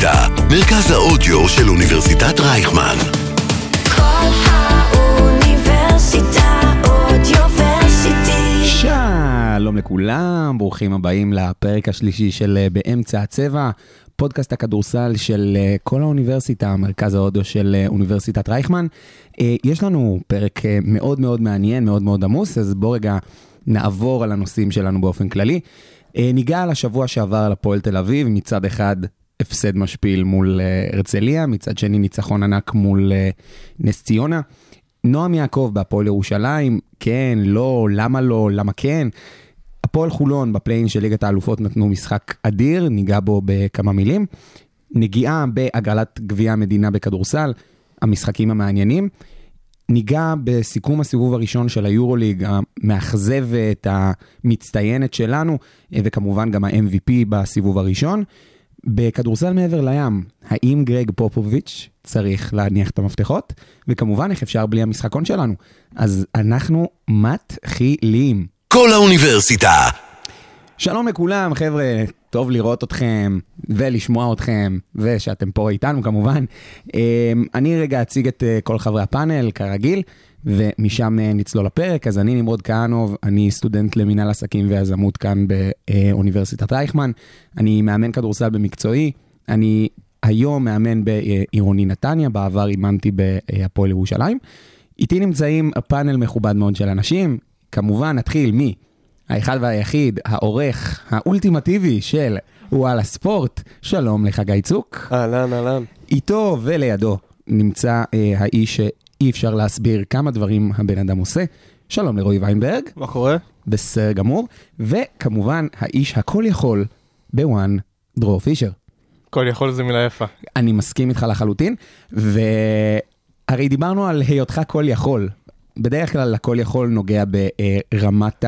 האוניברסיטה, מרכז האודיו של אוניברסיטת רייכמן. כל האוניברסיטה אודיוורסיטי. שלום לכולם, ברוכים הבאים לפרק השלישי של באמצע הצבע, פודקאסט הכדורסל של כל האוניברסיטה, מרכז האודיו של אוניברסיטת רייכמן. יש לנו פרק מאוד מאוד מעניין, מאוד מאוד עמוס, אז בואו רגע נעבור על הנושאים שלנו באופן כללי. ניגע על השבוע שעבר על הפועל תל אביב, מצד אחד הפסד משפיל מול הרצליה, מצד שני ניצחון ענק מול נס ציונה. נועם יעקב בהפועל ירושלים, כן, לא, למה כן. הפועל חולון בפליין של ליגת האלופות נתנו משחק אדיר, ניגע בו בכמה מילים. נגיעה בהגרלת גביע המדינה בכדורסל, המשחקים המעניינים. ניגע בסיכום הסיבוב הראשון של היורוליג, המאכזבת, המצטיינת שלנו, וכמובן גם ה-MVP בסיבוב הראשון. בכדורסל מעבר לים, האם גרג פופוביץ' צריך להניח את המפתחות? וכמובן, איך אפשר בלי המשחקון שלנו? אז אנחנו מתחילים. כל האוניברסיטה. שלום לכולם, חבר'ה, טוב לראות אתכם ולשמוע אתכם, ושאתם פה איתנו כמובן. אני רגע אציג את כל חברי הפאנל, כרגיל, ומשם נצלול לפרק. אז אני נמרוד כהנוב, אני סטודנט למינהל עסקים ויזמות כאן באוניברסיטת רייכמן. אני מאמן כדורסל במקצועי, אני היום מאמן בעירוני נתניה, בעבר אימנתי בהפועל ירושלים. איתי נמצאים הפאנל מכובד מאוד של אנשים, כמובן נתחיל האחד והיחיד, העורך האולטימטיבי של וואלה ספורט, שלום לחגי צוק. אהלן. איתו ולידו נמצא האיש שאי אפשר להסביר כמה דברים הבן אדם עושה, שלום לרועי ויינברג. מה קורה? בסדר גמור, וכמובן האיש הכל יכול בוואן, דרור פישר. כל יכול זה מילה יפה. אני מסכים איתך לחלוטין, והרי דיברנו על היותך כל יכול, בדרך כלל הכל יכול נוגע ברמת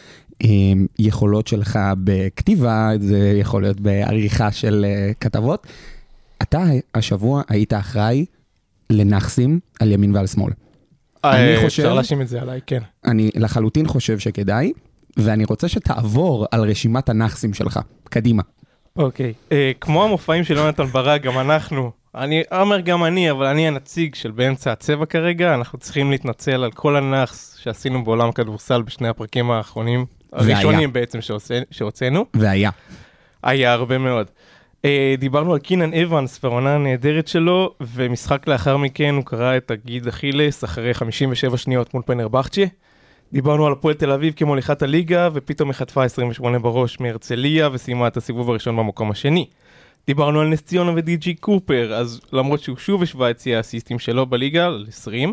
היכולות שלך בכתיבה, זה יכול להיות בעריכה של כתבות. אתה השבוע היית אחראי לנחסים על ימין ועל שמאל. אפשר להשים את זה עליי, כן. אני לחלוטין חושב שכדאי, ואני רוצה שתעבור על רשימת הנחסים שלך. קדימה. אוקיי. כמו המופעים של יונתן ברק, גם אנחנו, אני אומר גם אבל אני הנציג של באמצע הצבע כרגע, אנחנו צריכים להתנצל על כל הנחס שעשינו בעולם הכדורסל בשני הפרקים האחרונים, הראשונים בעצם שהוצאנו. היה הרבה מאוד. דיברנו על קינן אבנס והעונה הנהדרת שלו, ומשחק לאחר מכן הוא קרא את הגיד אכילס אחרי 57 שניות מול פנרבחצ'ה. דיברנו על הפועל תל אביב כמוליכת הליגה, ופתאום החטפה 28 בראש מהרצליה, וסיימה את הסיבוב הראשון במקום השני. דיברנו על נס ציונה ודי.ג'י קופר, אז למרות שהוא שוב השווה את שיא האסיסטים שלו בליגה, ל-20,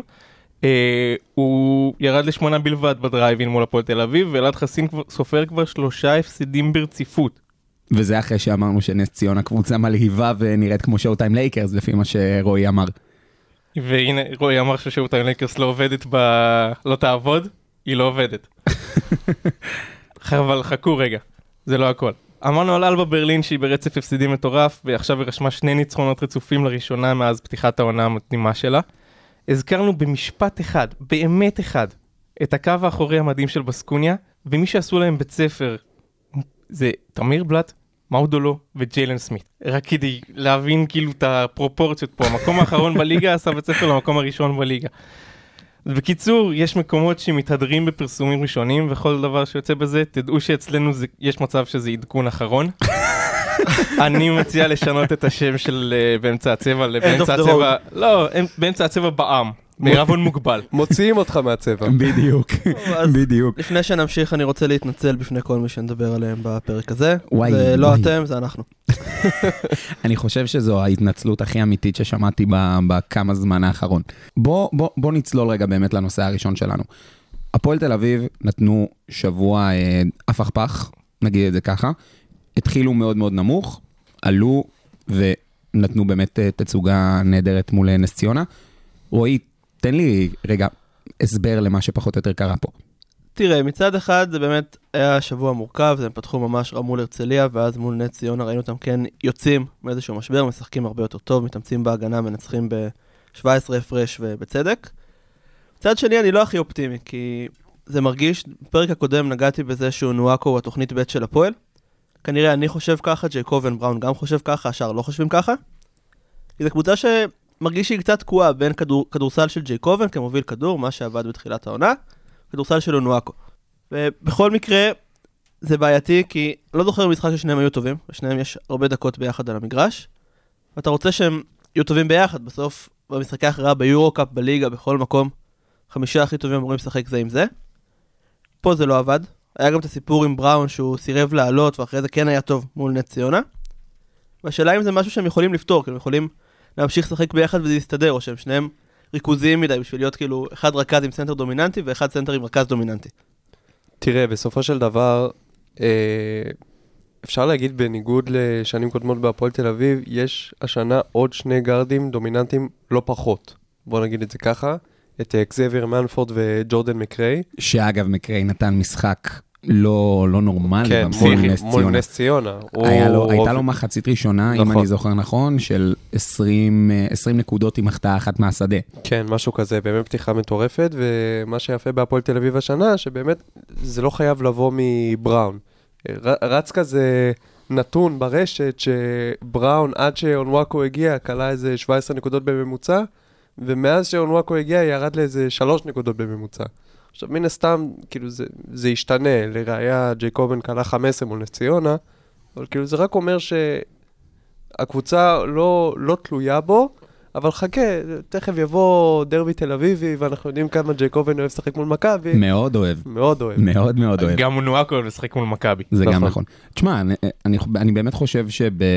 הוא ירד ל8 בלבד בדרייבין מול הפועל תל אביב, ואלעד חסין סופר כבר 3 הפסדים ברציפות. וזה אחרי שאמרנו שנס ציונה קבוצה מלהיבה ונראית כמו שואו-טיים לייקרס, לפי מה שרועי אמר. והנה, רועי אמר ששואו-טיים לייקרס לא עובדת לא תעבוד, היא לא עובדת. אבל חכו רגע, זה לא הכל. אמרנו על אלבה ברלין שהיא ברצף הפסידים מטורף, ועכשיו היא רשמה 2 ניצחונות רצופים לראשונה מאז פתיחת העונה המתאימה שלה. הזכרנו במשפט אחד, באמת אחד, את הקו האחורי המדהים של בסקוניה, ומי שעשו להם בית ספר זה תמיר בלט, מאודולו וג'יילן סמית. רק כדי להבין כאילו את הפרופורציות פה. המקום האחרון בליגה עשה בית ספר למקום הראשון בליגה. בקיצור, יש מקומות שמתהדרים בפרסומים ראשונים, וכל דבר שיוצא בזה, תדעו שאצלנו יש מצב שזה עדכון אחרון. אני מציע לשנות את השם של באמצע הצבע לבאמצע הצבע, לא, באמצע הצבע בעם, בערבון מוגבל. מוציאים אותך מהצבע. בדיוק. לפני שנמשיך, אני רוצה להתנצל בפני כל מי שנדבר עליהם בפרק הזה. זה לא אתם, זה אנחנו. אני חושב שזו ההתנצלות הכי אמיתית ששמעתי בכמה זמן האחרון. בוא נצלול רגע באמת לנושא הראשון שלנו. הפועל תל אביב נתנו שבוע הפכפך, נגיד את זה ככה. התחילו מאוד מאוד נמוך, עלו ונתנו באמת תצוגה נהדרת מול נס ציונה. רועי, תן לי רגע הסבר למה שפחות או יותר קרה פה. תראה, מצד אחד זה באמת היה שבוע מורכב, הם פתחו ממש רע מול הרצליה, ואז מול נס ציונה ראינו אותם כן יוצאים מאיזשהו משבר, משחקים הרבה יותר טוב, מתאמצים בהגנה, מנצחים ב-17 הפרש ובצדק. מצד שני אני לא הכי אופטימי, כי זה מרגיש, בפרק הקודם נגעתי בזה שהוא נואקו הוא התוכנית ב' של הפועל, כנראה אני חושב ככה, ג'ייקובן בראון גם חושב ככה, השאר לא חושבים ככה. כי זו קבוצה שמרגיש שהיא קצת תקועה בין כדורסל של ג'ייקובן כמוביל כדור, מה שעבד בתחילת העונה, כדורסל של אונואקו. ובכל מקרה, זה בעייתי, כי לא זוכר משחק ששניהם היו טובים, ושניהם יש הרבה דקות ביחד על המגרש, ואתה רוצה שהם יהיו טובים ביחד, בסוף במשחקי ההכרעה ביורו-קאפ, בליגה, בכל מקום, 5 הכי טובים אמורים לשחק זה עם זה. פה זה לא עבד. היה גם את הסיפור עם בראון שהוא סירב לעלות, ואחרי זה כן היה טוב מול נס ציונה. והשאלה אם זה משהו שהם יכולים לפתור, כי הם יכולים להמשיך לשחק ביחד וזה יסתדר, או שהם שניהם ריכוזיים מדי, בשביל להיות כאילו אחד רכז עם סנטר דומיננטי, ואחד סנטר עם רכז דומיננטי. תראה, בסופו של דבר, אפשר להגיד בניגוד לשנים קודמות בהפועל תל אביב, יש השנה עוד 2 גארדים דומיננטיים לא פחות. בוא נגיד את זה ככה, את אקזיביר מנפורד וג'ורדן מקריי. שאגב, מקריי נתן משחק לא נורמלי. כן, מול נס ציונה. הייתה לו מחצית ראשונה, אם אני זוכר נכון, של 20 נקודות עם החטאה אחת מהשדה. כן, משהו כזה, באמת פתיחה מטורפת, ומה שיפה בהפועל תל אביב השנה, שבאמת זה לא חייב לבוא מבראון. רץ כזה נתון ברשת שבראון עד שאונואקו הגיע, קלה איזה 17 נקודות בממוצע, ומאז שאונואקו הגיע ירד לאיזה 3 נקודות בממוצע. עכשיו מן הסתם, כאילו זה ישתנה, לראיה ג'ייקובן קלה 15 מול נס ציונה, אבל כאילו זה רק אומר שהקבוצה לא תלויה בו, אבל חכה, תכף יבוא דרבי תל אביבי, ואנחנו יודעים כמה ג'ייקובן אוהב לשחק מול מכבי. מאוד אוהב. מאוד אוהב. מאוד מאוד אוהב. גם אונואקו אוהב לשחק מול מכבי. זה גם נכון. תשמע, אני באמת חושב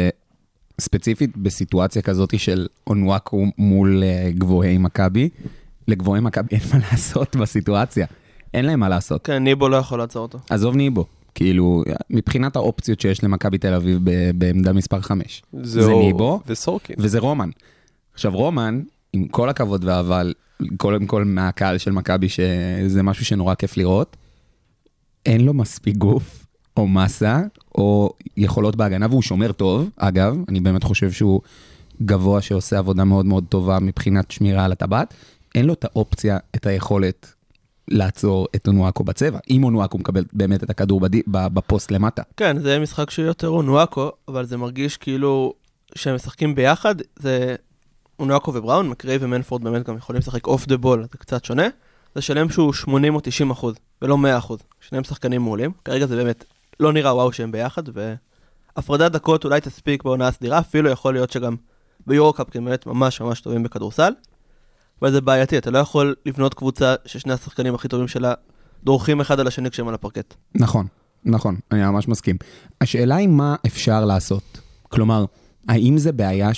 ספציפית בסיטואציה כזאת של אונואקו מול גבוהי מכבי, לגבוהי מכבי אין מה לעשות בסיטואציה. אין להם מה לעשות. כן, ניבו לא יכול לעצור אותו. עזוב ניבו. כאילו, מבחינת האופציות שיש למכבי תל אביב בעמדה מספר 5. זה ניבו. וסורקין. וזה רומן. עכשיו רומן, עם כל הכבוד והאבל, קודם כל מהקהל של מכבי, שזה משהו שנורא כיף לראות, אין לו מספיק גוף, או מסה, או יכולות בהגנה, והוא שומר טוב, אגב, אני באמת חושב שהוא גבוה שעושה עבודה מאוד מאוד טובה מבחינת שמירה על הטבעת, אין לו את האופציה, את היכולת לעצור את אונואקו בצבע, אם אונואקו מקבל באמת את הכדור בפוסט למטה. כן, זה משחק שיותר אונואקו, אבל זה מרגיש כאילו שהם משחקים ביחד, זה אונואקו ובראון, מקריי ומנפורד באמת גם יכולים לשחק אוף דה בול, זה קצת שונה, זה שלם שהוא 80 או 90%, ולא 100%, שניהם שחקנים מעולים, כרגע זה באמת לא נראה וואו שהם ביחד, והפרדת דקות אולי תספיק בעונה הסדירה, אפילו יכול להיות שגם ביורוקאפ, כי הם באמת ממש ממש טובים בכדורסל, אבל זה בעייתי, אתה לא יכול לבנות קבוצה ששני השחקנים הכי טובים שלה דורכים אחד על השני כשהם על הפרקט. נכון, נכון, אני ממש מסכים. השאלה היא מה אפשר לעשות. כלומר, האם זה בעיה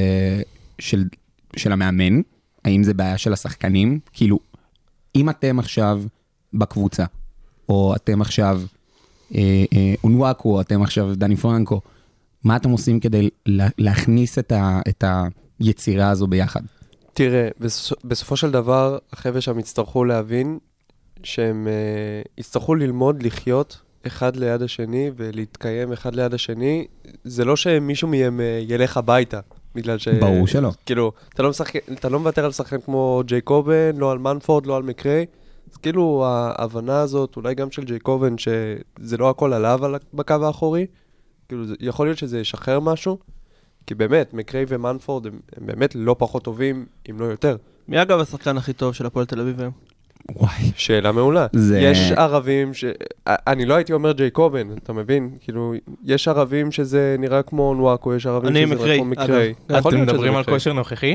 של המאמן? האם זה בעיה של השחקנים? כאילו, אם אתם עכשיו בקבוצה, או אתם עכשיו אונואקו, או אתם עכשיו דני פרנקו, מה אתם עושים כדי להכניס את היצירה הזו ביחד? תראה, בסופו של דבר, החבר'ה שם יצטרכו להבין שהם יצטרכו ללמוד לחיות אחד ליד השני ולהתקיים אחד ליד השני. זה לא שמישהו מהם ילך הביתה, בגלל ש... ברור שלא. כאילו, אתה לא מוותר על שחקן כמו ג'ייקובן, לא על מנפורד, לא על מקריי. אז כאילו, ההבנה הזאת, אולי גם של ג'ייקובן, שזה לא הכל עליו בקו האחורי, כאילו, יכול להיות שזה ישחרר משהו, כי באמת, מקריי ומנפורד הם באמת לא פחות טובים, אם לא יותר. מי אגב השחקן הכי טוב של הפועל תל אביב היום? וואי. שאלה מעולה. יש ערבים אני לא הייתי אומר ג'ייקובן, אתה מבין? כאילו, יש ערבים שזה נראה כמו נואקו, יש ערבים שזה נראה כמו מקריי. אתם מדברים על כושר נוכחי?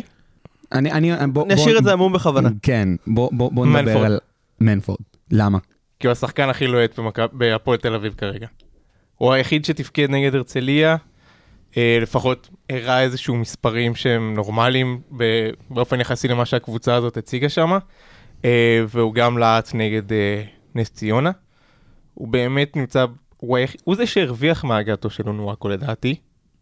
נשאיר את זה עמום בכוונה. כן, בוא נדבר על מנפורד. למה? כי הוא השחקן הכי לוהט בהפועל תל אביב כרגע. הוא היחיד שתפקד נגד הרצליה, לפחות הראה איזשהו מספרים שהם נורמליים באופן יחסי למה שהקבוצה הזאת הציגה שם, והוא גם לעץ נגד נס ציונה. הוא באמת נמצא, הוא זה שהרוויח מהגעתו של אונואקו לדעתי.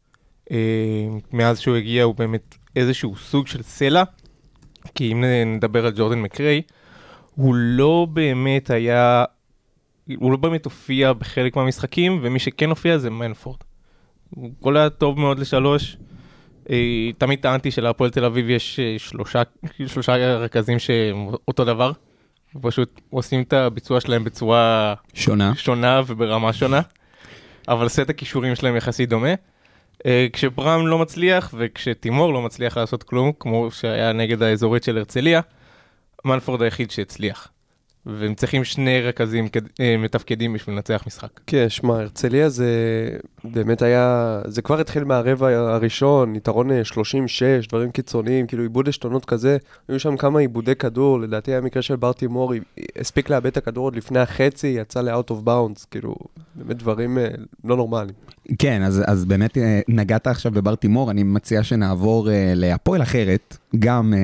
מאז שהוא הגיע הוא באמת איזשהו סוג של סלע, כי אם נדבר על ג'ורדן מקריי, הוא לא באמת הופיע בחלק מהמשחקים, ומי שכן הופיע זה מנפורד. הוא כל היה טוב מאוד לשלוש. תמיד טענתי שלהפועל תל אביב יש שלושה רכזים שהם אותו דבר, ופשוט עושים את הביצוע שלהם בצורה שונה וברמה שונה, אבל סט הכישורים שלהם יחסית דומה. כשברם לא מצליח וכשתימור לא מצליח לעשות כלום, כמו שהיה נגד האזורית של הרצליה, מנפורד היחיד שהצליח. והם צריכים שני רכזים מתפקדים בשביל לנצח משחק. כן, שמע, הרצליה זה באמת היה, זה כבר התחיל מהרבע הראשון, יתרון 36, דברים קיצוניים, כאילו עיבוד השתונות כזה, היו שם כמה עיבודי כדור, לדעתי היה מקרה של בר תימור, הספיק לאבד את הכדור עוד לפני החצי, יצא ל-out of bounds, כאילו, באמת דברים לא נורמליים. כן, אז באמת נגעת עכשיו בבר תימור, אני מציע שנעבור להפועל אחרת, גם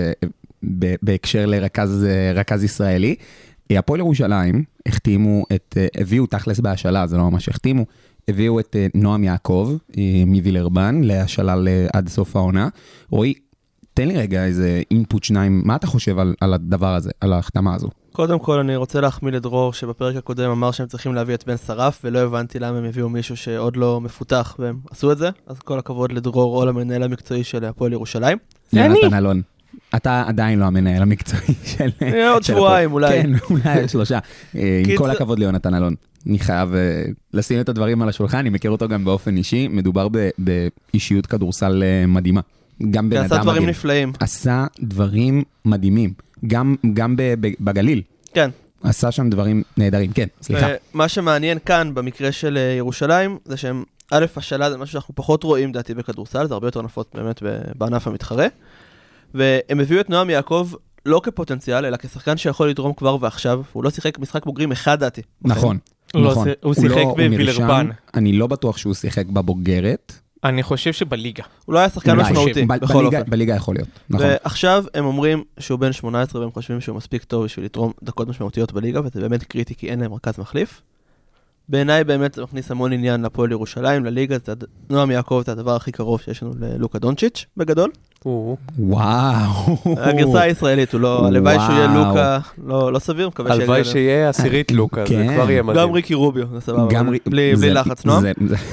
בהקשר לרכז ישראלי. הפועל ירושלים הביאו תכלס בהשאלה, זה לא ממש החתימו, הביאו את נועם יעקב מווילרבן להשאלה עד סוף העונה. רועי, תן לי רגע איזה אינפוט שניים, מה אתה חושב על הדבר הזה, על ההחתמה הזו? קודם כל אני רוצה להחמיא לדרור שבפרק הקודם אמר שהם צריכים להביא את בן שרף, ולא הבנתי למה הם הביאו מישהו שעוד לא מפותח והם עשו את זה, אז כל הכבוד לדרור או למנהל המקצועי של הפועל ירושלים. יונתן אלון. אתה עדיין לא המנהל המקצועי של... עוד שבועיים אולי. כן, אולי 3. עם כל הכבוד ליונתן אלון. אני חייב לשים את הדברים על השולחן, אני מכיר אותו גם באופן אישי, מדובר באישיות כדורסל מדהימה. גם בן אדם מדהים. עשה דברים נפלאים. עשה דברים מדהימים. גם בגליל. כן. עשה שם דברים נהדרים, כן, סליחה. מה שמעניין כאן במקרה של ירושלים, זה שהם, א', השאלה זה משהו שאנחנו פחות רואים דעתי בכדורסל, זה הרבה יותר נפוץ באמת בענף המתחרה. והם הביאו את נועם יעקב לא כפוטנציאל, אלא כשחקן שיכול לתרום כבר ועכשיו, הוא לא שיחק משחק בוגרים אחד דעתי. נכון, נכון. הוא שיחק בווילרבן. אני לא בטוח שהוא שיחק בבוגרת. אני חושב שבליגה. הוא לא היה שחקן משמעותי, בכל אופן. בליגה יכול להיות, נכון. ועכשיו הם אומרים שהוא בן 18, והם חושבים שהוא מספיק טוב בשביל לתרום דקות משמעותיות בליגה, וזה באמת קריטי, כי אין להם מרכז מחליף. בעיניי באמת זה מכניס המון עניין לפועל ירושלים, לליגה, נועם יעקב זה הדבר הכי קרוב שיש לנו ללוקה דונצ'יץ' בגדול. וואו. הגרסה הישראלית, הוא לא, הלוואי שהוא יהיה לוקה, לא סביר, מקווה שיהיה. הלוואי שיהיה עשירית לוקה, זה כבר יהיה מדהים. גם ריקי רוביו, זה סבבה, בלי לחץ, נועם.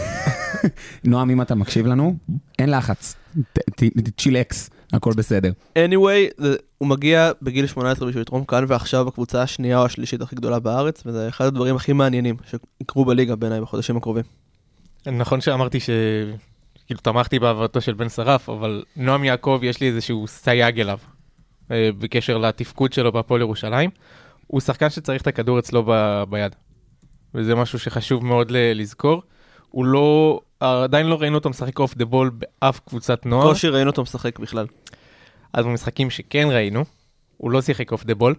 נועם, אם אתה מקשיב לנו, אין לחץ, צ'ילקס, הכל בסדר. anyway, הוא מגיע בגיל 18 בשביל לתרום כאן, ועכשיו בקבוצה השנייה או השלישית הכי גדולה בארץ, וזה אחד הדברים הכי מעניינים שיקרו בליגה בעיניי בחודשים הקרובים. נכון שאמרתי כאילו תמכתי בעבודתו של בן שרף, אבל נועם יעקב יש לי איזשהו סייג אליו, בקשר לתפקוד שלו בהפועל ירושלים. הוא שחקן שצריך את הכדור אצלו ביד, וזה משהו שחשוב מאוד לזכור. הוא לא, עדיין לא ראינו אותו משחק אוף דה בול באף קבוצת נוער. קושי ראינו אותו משחק בכלל. אז במשחקים שכן ראינו, הוא לא שיחק אוף דה בול.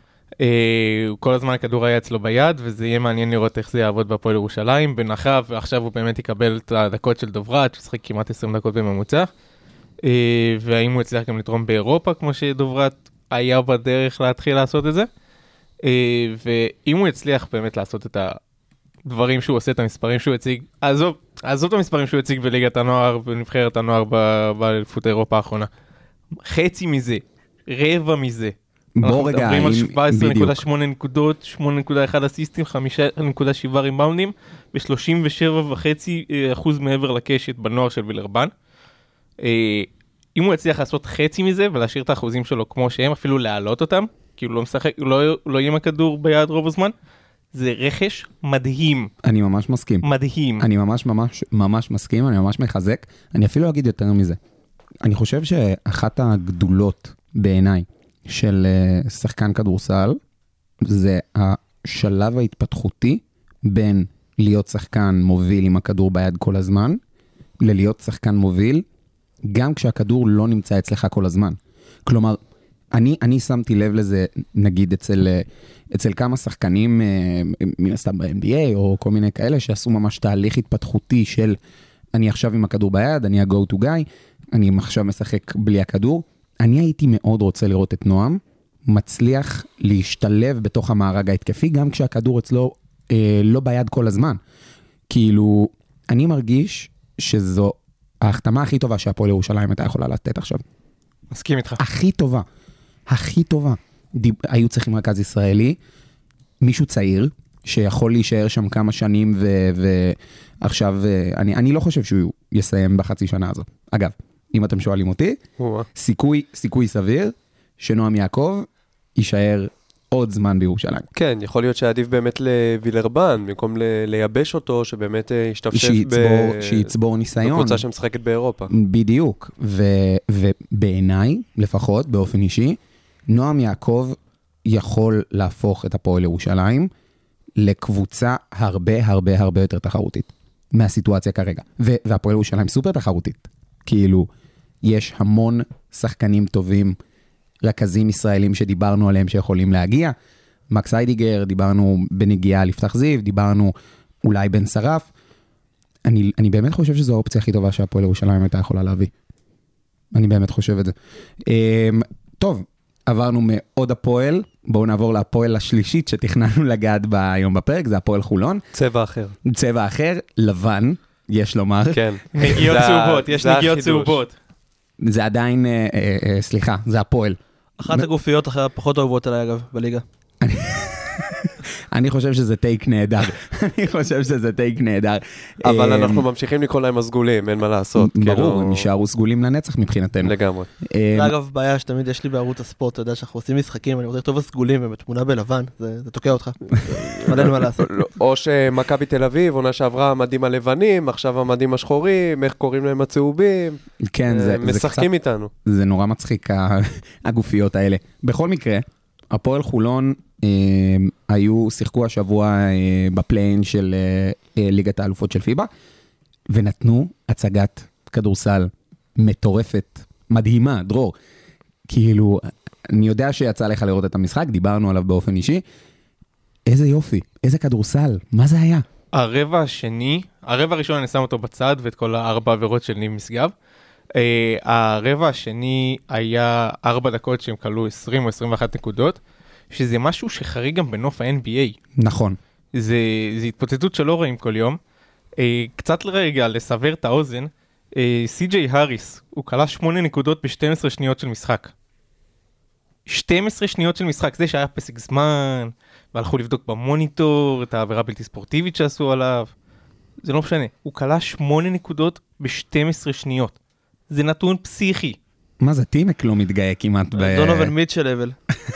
כל הזמן הכדור היה אצלו ביד, וזה יהיה מעניין לראות איך זה יעבוד בהפועל ירושלים. בנחה, ועכשיו הוא באמת יקבל את הדקות של דוברת, שהוא שחק כמעט 20 דקות בממוצע. והאם הוא הצליח גם לתרום באירופה, כמו שדוברת היה בדרך להתחיל לעשות את זה. ואם הוא הצליח באמת לעשות את הדברים שהוא עושה, את המספרים שהוא הציג, עזוב את המספרים שהוא הציג בליגת הנוער, בנבחרת הנוער באליפות אירופה האחרונה. חצי מזה, רבע מזה. בוא רגע, אנחנו מדברים על 17.8 נקודות, 8.1 אסיסטים, 5.7 ריבאונדים, ו37.5% מעבר לקשת בנוער של וילרבן. אם הוא יצליח לעשות חצי מזה, ולהשאיר את האחוזים שלו כמו שהם, אפילו להעלות אותם, כי הוא לא משחק, הוא לא יהיה עם הכדור ביד רוב הזמן, זה רכש מדהים. אני ממש מסכים. מדהים. אני ממש מסכים, אני ממש מחזק. אני אפילו אגיד יותר מזה. אני חושב שאחת הגדולות בעיניי של שחקן כדורסל, זה השלב ההתפתחותי בין להיות שחקן מוביל עם הכדור ביד כל הזמן, ללהיות שחקן מוביל, גם כשהכדור לא נמצא אצלך כל הזמן. כלומר, אני שמתי לב לזה, נגיד, אצל כמה שחקנים, מן הסתם ב-NBA, או כל מיני כאלה, שעשו ממש תהליך התפתחותי של, אני עכשיו עם הכדור ביד, אני ה-go to guy, אני עכשיו משחק בלי הכדור. אני הייתי מאוד רוצה לראות את נועם, מצליח להשתלב בתוך המארג ההתקפי, גם כשהכדור אצלו לא ביד כל הזמן. כאילו, אני מרגיש שזו ההחתמה הכי טובה שהפועל ירושלים הייתה יכולה לתת עכשיו. מסכים איתך. הכי טובה. הכי טובה. היו צריכים רכז ישראלי, מישהו צעיר, שיכול להישאר שם כמה שנים, ועכשיו, אני לא חושב שהוא יסיים בחצי שנה הזו. אגב, אם אתם שואלים אותי, סיכוי סביר, שנועם יעקב יישאר עוד זמן בירושלים. כן, יכול להיות שעדיף באמת לווילרבן, במקום לייבש אותו, שבאמת ישתפשף שיצבור ניסיון. בקבוצה שמשחקת באירופה. בדיוק, ובעיניי, לפחות באופן אישי, נועם יעקב יכול להפוך את הפועל ירושלים לקבוצה הרבה הרבה הרבה יותר תחרותית מהסיטואציה כרגע. והפועל ירושלים סופר תחרותית. כאילו, יש המון שחקנים טובים, רכזים ישראלים שדיברנו עליהם שיכולים להגיע. מקס היידיגר, דיברנו בנגיעה לפתח זיו, דיברנו אולי בן שרף. אני באמת חושב שזו האופציה הכי טובה שהפועל ירושלים הייתה יכולה להביא. אני באמת חושב את זה. טוב, עברנו מעוד הפועל, בואו נעבור להפועל השלישית שתכננו לגעת בה היום בפרק, זה הפועל חולון. צבע אחר. צבע אחר, לבן, יש לומר. כן. נגיעות צהובות, יש נגיעות צהובות. זה עדיין, סליחה, זה הפועל. אחת הגופיות פחות אוהבות עליי אגב, בליגה. אני חושב שזה טייק נהדר. אני חושב שזה טייק נהדר. אבל אנחנו ממשיכים לקרוא להם הסגולים, אין מה לעשות. ברור, הם נשארו סגולים לנצח מבחינתנו. לגמרי. זה אגב בעיה שתמיד יש לי בערוץ הספורט, אתה יודע שאנחנו עושים משחקים, אני רוצה לכתוב הסגולים ובתמונה בלבן, זה תוקע אותך. אבל אין מה לעשות. או שמכבי תל אביב, עונה שעברה המדים הלבנים, עכשיו המדים השחורים, איך קוראים להם הצהובים. כן, זה משחקים איתנו. זה נורא מצחיק, הגופיות האלה. בכל מקרה, הפועל חולון שיחקו השבוע בפליין של ליגת האלופות של פיבה, ונתנו הצגת כדורסל מטורפת, מדהימה, דרור. כאילו, אני יודע שיצא לך לראות את המשחק, דיברנו עליו באופן אישי. איזה יופי, איזה כדורסל, מה זה היה? הרבע הראשון אני שם אותו בצד, ואת כל 4 עבירות של ניב משגב. הרבע השני היה 4 דקות שהם קלו 20 או 21 נקודות, שזה משהו שחריג גם בנוף ה-NBA. נכון. זה התפוצצות שלא רואים כל יום. קצת לרגע, לסבר את האוזן, סי.ג'יי האריס, הוא קלה 8 נקודות ב-12 שניות של משחק. 12 שניות של משחק, זה שהיה פסק זמן, והלכו לבדוק במוניטור את העבירה בלתי ספורטיבית שעשו עליו. זה לא משנה, הוא קלה 8 נקודות ב-12 שניות. זה נתון פסיכי. מה זה, טימק לא מתגאה כמעט דונובל מיטשל אבל.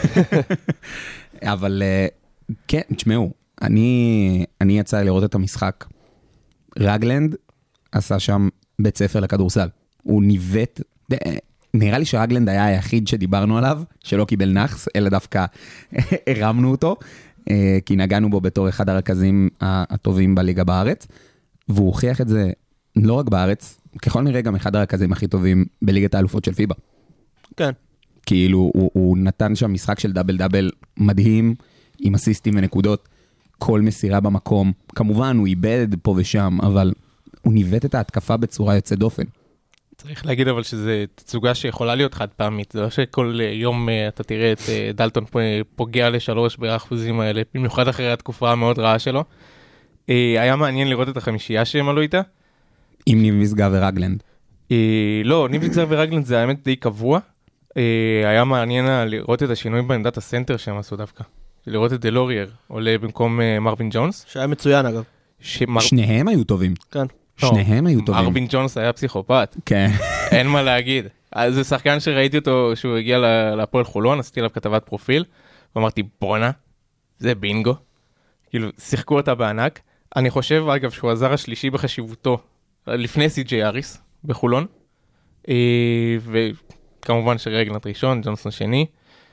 אבל כן, תשמעו, אני יצא לראות את המשחק. רגלנד עשה שם בית ספר לכדורסל. הוא ניווט, נראה לי שרגלנד היה היחיד שדיברנו עליו, שלא קיבל נחס, אלא דווקא הרמנו אותו, כי נגענו בו בתור אחד הרכזים הטובים בליגה בארץ, והוא הוכיח את זה לא רק בארץ, ככל נראה גם אחד הרכזים הכי טובים בליגת האלופות של פיבה. כן. כאילו, הוא נתן שם משחק של דאבל דאבל מדהים, עם אסיסטים ונקודות, כל מסירה במקום. כמובן, הוא איבד פה ושם, אבל הוא ניווט את ההתקפה בצורה יוצאת דופן. צריך להגיד אבל שזו תצוגה שיכולה להיות חד פעמית, זה לא שכל יום אתה תראה את דלטון פוגע ל3 באחוזים האלה, במיוחד אחרי התקופה המאוד רעה שלו. היה מעניין לראות את החמישייה שהם עלו איתה. עם ניב משגב ורגלנד. לא, ניב משגב ורגלנד זה האמת די קבוע. היה מעניין לראות את השינוי בעמדת הסנטר שהם עשו דווקא. לראות את דלורייר עולה במקום מרווין ג'ונס. שהיה מצוין אגב. שניהם היו טובים. כן. שניהם היו טובים. מרווין ג'ונס היה פסיכופת. כן. אין מה להגיד. אז זה שחקן שראיתי אותו שהוא הגיע להפועל חולון, עשיתי עליו כתבת פרופיל, ואמרתי בונה, זה בינגו. כאילו, שיחקו אותה בענק. אני חושב אגב שהוא הזר השלישי בחשיבותו לפני סי.ג'יי האריס בחולון, וכמובן שרגלנד ראשון, ג'ונסון שני,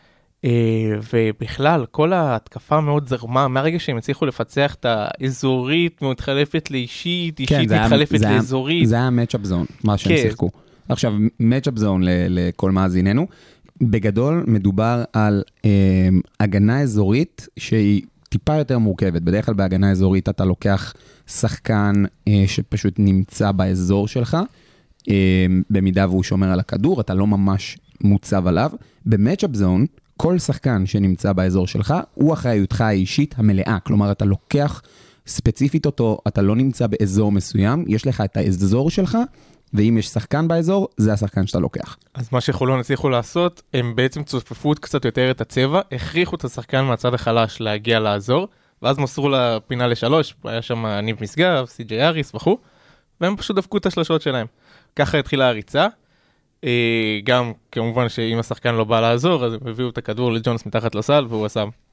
ובכלל כל ההתקפה מאוד זרמה, מהרגע שהם הצליחו לפצח את האזורית מתחלפת לאישית, אישית מתחלפת לאזורית. זה היה matchup zone, מה שהם שיחקו. עכשיו, matchup zone לכל מאזיננו, בגדול מדובר על הגנה אזורית שהיא טיפה יותר מורכבת. בדרך כלל בהגנה אזורית אתה לוקח שחקן שפשוט נמצא באזור שלך, במידה והוא שומר על הכדור, אתה לא ממש מוצב עליו. במאצ'אפ זון, כל שחקן שנמצא באזור שלך, הוא אחריותך האישית המלאה. כלומר, אתה לוקח ספציפית אותו, אתה לא נמצא באזור מסוים, יש לך את האזור שלך, ואם יש שחקן באזור, זה השחקן שאתה לוקח. אז מה שחולון הצליחו לעשות, הם בעצם צופפו קצת יותר את הצבע, הכריחו את השחקן מהצד החלש להגיע לאזור, ואז מסרו לפינה ל3, היה שם ניב משגב, סי.ג'יי האריס וכו', והם פשוט דפקו את השלשות שלהם. ככה התחילה הריצה, גם כמובן שאם השחקן לא בא לעזור, אז הם הביאו את הכדור לג'ונס מתחת לסל, והוא עשה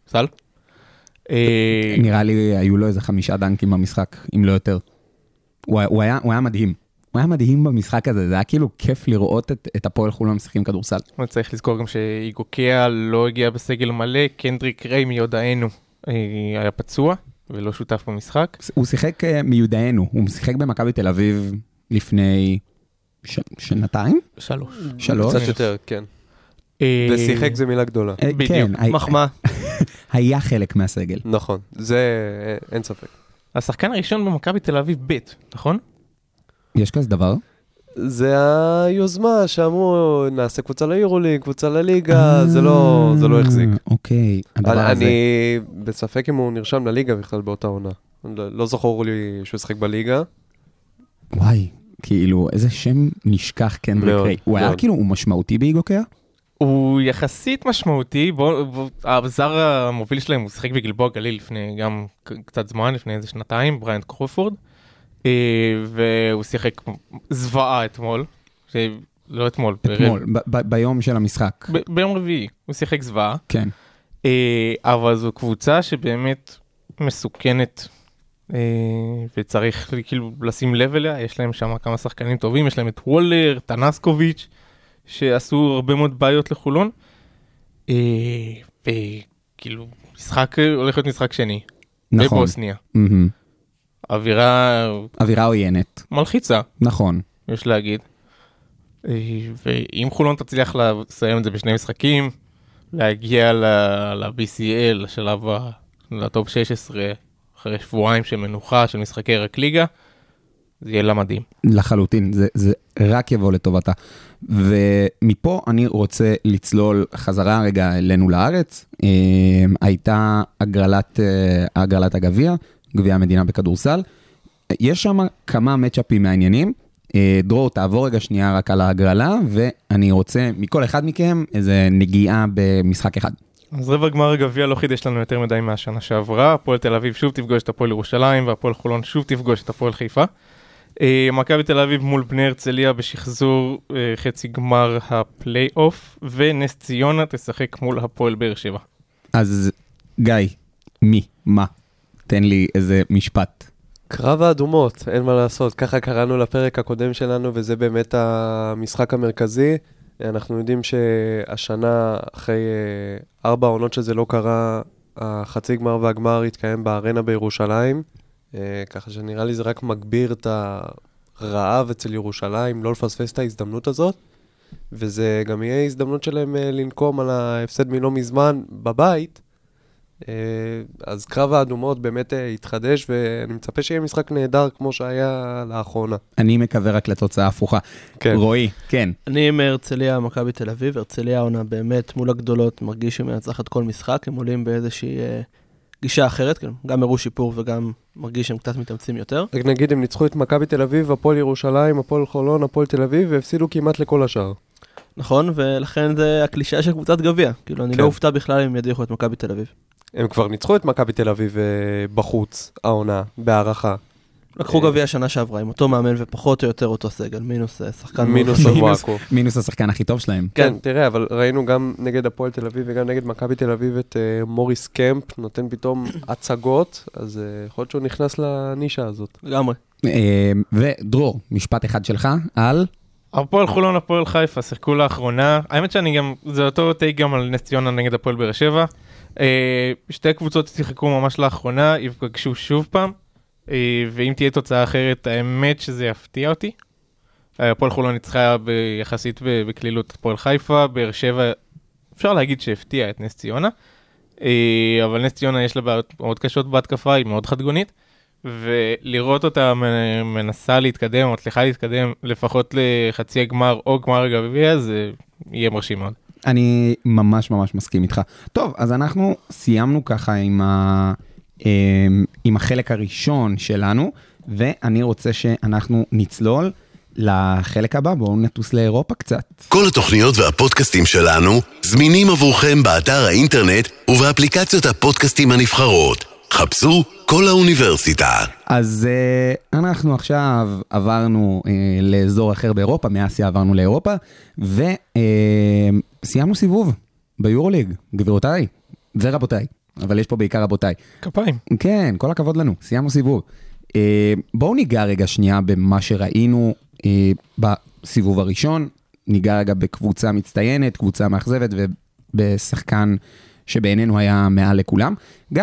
סל. נראה לי היו לו איזה 5 דנקים במשחק, אם לא יותר. הוא היה מדהים. הוא היה מדהים במשחק הזה, זה היה כאילו כיף לראות את הפועל חולון משחקים כדורסל. צריך לזכור גם שאיגוקיה לא הגיע בסגל מלא, קנדריק ריי מיודענו היה פצוע ולא שותף במשחק. הוא שיחק מיודענו, הוא שיחק במכבי תל אביב לפני שנתיים? 3. קצת יותר, כן. ושיחק זה מילה גדולה. כן, מחמאה. היה חלק מהסגל. נכון, זה אין ספק. השחקן הראשון במכבי תל אביב ב', נכון? יש כזה דבר? זה היוזמה שאמרו, נעשה קבוצה ליורוליג, קבוצה לליגה, זה לא החזיק. אוקיי, הדבר הזה. אני בספק אם הוא נרשם לליגה בכלל באותה עונה. לא זכור לי שהוא ישחק בליגה. וואי, כאילו, איזה שם נשכח קנדריק ריי. הוא היה כאילו, הוא משמעותי באיגוקיה? הוא יחסית משמעותי, הזר המוביל שלהם הוא שיחק בגלבוע גליל לפני גם קצת זמן, לפני איזה 2 בריינט קרופורד, והוא שיחק זוועה אתמול, לא אתמול, ביום של המשחק. ביום רביעי, הוא שיחק זוועה. כן. אבל זו קבוצה שבאמת מסוכנת, וצריך כאילו לשים לב אליה, יש להם שם כמה שחקנים טובים, יש להם את וולר, טנסקוביץ', שעשו הרבה מאוד בעיות לחולון, וכאילו, משחק, הולך להיות משחק שני. נכון. בבוסניה. אווירה עוינת. מלחיצה. נכון. יש להגיד. ואם חולון תצליח לסיים את זה בשני משחקים, להגיע ל-BCL, לשלב, לטופ 16, אחרי שבועיים של מנוחה, של משחקי רק ליגה, זה יהיה לה מדהים. לחלוטין, זה רק יבוא לטובתה. ומפה אני רוצה לצלול חזרה רגע אלינו לארץ. הייתה הגרלת הגביע, גביע המדינה בכדורסל. יש שם כמה מצ'אפים מעניינים. דרור, תעבור רגע שנייה רק על ההגרלה, ואני רוצה מכל אחד מכם איזה נגיעה במשחק אחד. אז רבע גמר הגביע לא חידש לנו יותר מדי מהשנה שעברה. הפועל תל אביב שוב תפגוש את הפועל ירושלים, והפועל חולון שוב תפגוש את הפועל חיפה. מכבי תל אביב מול בני הרצליה בשחזור חצי גמר הפלייאוף, ונס ציונה תשחק מול הפועל באר שבע. אז גיא, מה? תן לי איזה משפט. קרב האדומות, אין מה לעשות. ככה קראנו לפרק הקודם שלנו, וזה באמת המשחק המרכזי. אנחנו יודעים שהשנה, אחרי 4 עונות שזה לא קרה, החצי גמר והגמר התקיים בארנה בירושלים. ככה שנראה לי זה רק מגביר את הרעב אצל ירושלים, לא לפספס את ההזדמנות הזאת, וזה גם יהיה הזדמנות שלהם לנקום על ההפסד מלא מזמן בבית, אז קרב האדומות באמת יתחדש, ואני מצפה שיהיה משחק נהדר כמו שהיה לאחרונה. אני מקווה רק לתוצאה הפוכה. כן. רועי, כן. אני עם הרצליה, מכבי תל אביב, הרצליה עונה באמת מול הגדולות, מרגיש שמנצחת כל משחק, הם עולים באיזושהי גישה אחרת, גם הראו שיפור וגם מרגיש שהם קצת מתאמצים יותר. רק נגיד, הם ניצחו את מכבי תל אביב, הפועל ירושלים, הפועל חולון, הפועל תל אביב, והפסידו כמעט לכל השאר. נכון, ולכן זה הקלישה של קבוצת גביע. כאילו, אני לא אופתע בכלל אם ידיחו את מכבי תל אביב. הם כבר ניצחו את מכבי תל אביב בחוץ, העונה, בהערכה. לקחו גביע שנה שעברה, עם אותו מאמן ופחות או יותר אותו סגל, מינוס שחקן מינוס השחקן הכי טוב שלהם. כן, תראה, אבל ראינו גם נגד הפועל תל אביב וגם נגד מכבי תל אביב את מוריס קמפ, נותן פתאום הצגות, אז יכול להיות שהוא נכנס לנישה הזאת. לגמרי. ודרור, משפט אחד שלך על... הפועל חולון, הפועל חיפה, שיחקו לאחרונה. האמת שאני גם, זה אותו טייק גם על נס ציונה נגד הפועל באר שבע. שתי קבוצות שיחקו ממש לאחרונה, יפגשו שוב פעם. ואם תהיה תוצאה אחרת, האמת שזה יפתיע אותי. הפועל חולון ניצחה יחסית בכלילות הפועל חיפה, באר שבע, אפשר להגיד שהפתיע את נס ציונה, אבל נס ציונה יש לה בעיות מאוד קשות בהתקפה, היא מאוד חדגונית, ולראות אותה מנסה להתקדם, או מצליחה להתקדם לפחות לחצי הגמר או גמר הגביע, זה יהיה מרשים מאוד. אני ממש ממש מסכים איתך. טוב, אז אנחנו סיימנו ככה עם החלק הראשון שלנו, ואני רוצה שאנחנו נצלול לחלק הבא. בואו נטוס לאירופה קצת. כל התוכניות והפודקאסטים שלנו זמינים עבורכם באתר האינטרנט ובאפליקציות הפודקאסטים הנבחרות. חפשו כל האוניברסיטה. אז אנחנו עכשיו עברנו לאזור אחר באירופה, מאסיה עברנו לאירופה, וסיימנו סיבוב ביורוליג, גבירותיי ורבותיי. אבל יש פה בעיקר רבותיי. כפיים. כן, כל הכבוד לנו, סיימנו סיבוב. בואו ניגע רגע שנייה במה שראינו בסיבוב הראשון, ניגע רגע בקבוצה מצטיינת, קבוצה מאכזבת ובשחקן שבעינינו היה מעל לכולם. גיא,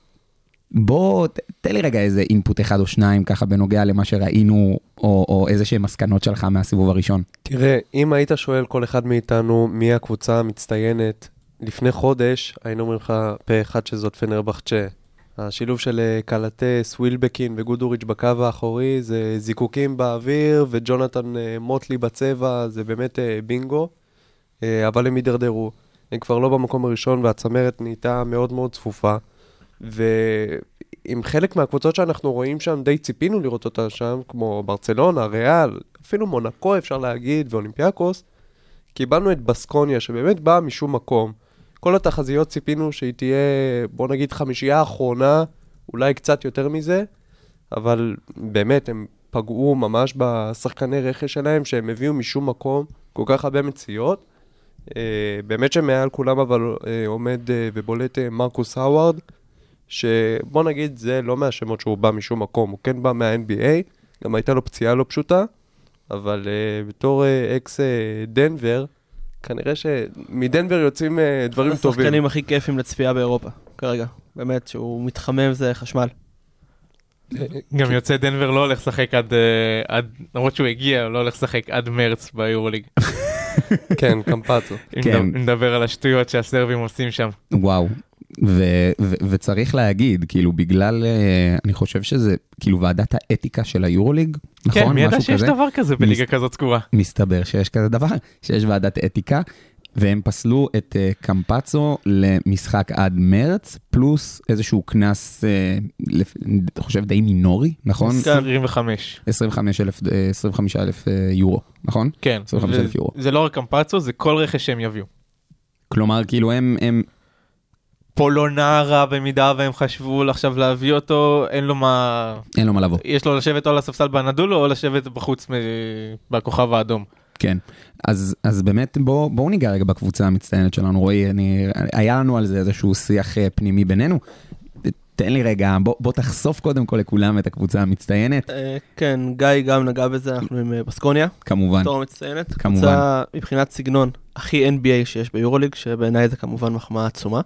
בוא תן לי רגע איזה אינפוט אחד או שניים ככה בנוגע למה שראינו, או איזה שהן מסקנות שלך מהסיבוב הראשון. תראה, אם היית שואל כל אחד מאיתנו מי הקבוצה המצטיינת, לפני חודש היינו אומרים לך פה אחד שזאת פנרבחצ'ה. השילוב של קלטס, ווילבקין וגודוריץ' בקו האחורי זה זיקוקים באוויר, וג'ונתן מוטלי בצבע, זה באמת בינגו. אבל הם הידרדרו, הם כבר לא במקום הראשון, והצמרת נהייתה מאוד מאוד צפופה. ועם חלק מהקבוצות שאנחנו רואים שם, די ציפינו לראות אותה שם, כמו ברצלונה, ריאל, אפילו מונקו אפשר להגיד, ואולימפיאקוס, קיבלנו את בסקוניה, שבאמת באה משום מקום. כל התחזיות ציפינו שהיא תהיה, בוא נגיד, חמישייה האחרונה, אולי קצת יותר מזה, אבל באמת הם פגעו ממש בשחקני רכש שלהם, שהם הביאו משום מקום כל כך הרבה מציאות. באמת שמעל כולם אבל עומד ובולט מרקוס האווארד, שבוא נגיד זה לא מהשמות שהוא בא משום מקום, הוא כן בא מה-NBA, גם הייתה לו פציעה לא פשוטה, אבל בתור אקס דנבר, כנראה שמדנבר יוצאים דברים טובים. השחקנים הכי כיפים לצפייה באירופה, כרגע. באמת, שהוא מתחמם זה חשמל. גם יוצא דנבר לא הולך לשחק עד, למרות שהוא הגיע, לא הולך לשחק עד מרץ ביורוליג. כן, קמפצו. אם נדבר על השטויות שהסרבים עושים שם. וואו, וצריך להגיד, כאילו בגלל, אני חושב שזה כאילו ועדת האתיקה של היורוליג, נכון? כן, מי ידע שיש דבר כזה בליגה כזאת סגורה? מסתבר שיש כזה דבר, שיש ועדת אתיקה, והם פסלו את קמפצו למשחק עד מרץ, פלוס איזשהו כנס, אני חושב די מינורי, נכון? 25,000 יורו, נכון? כן, 25,000 יורו. זה לא רק קמפצו, זה כל רכש שהם יביאו. כלומר, כאילו הם פולונרה במידה והם חשבו עכשיו להביא אותו, אין לו מה לבוא. יש לו לשבת או על הספסל באנדולו או לשבת בחוץ בכוכב האדום. כן, אז באמת בואו ניגע רגע בקבוצה המצטיינת שלנו, רועי, היה לנו על זה איזשהו שיח פנימי בינינו, תן לי רגע, בוא תחשוף קודם כל לכולם את הקבוצה המצטיינת. כן, גיא גם נגע בזה, אנחנו עם בסקוניה. כמובן. תור מצטיינת. כמובן. קבוצה מבחינת סגנון הכי NBA שיש ביורוליג, שבעיניי זה כמובן מחמאה עצומה.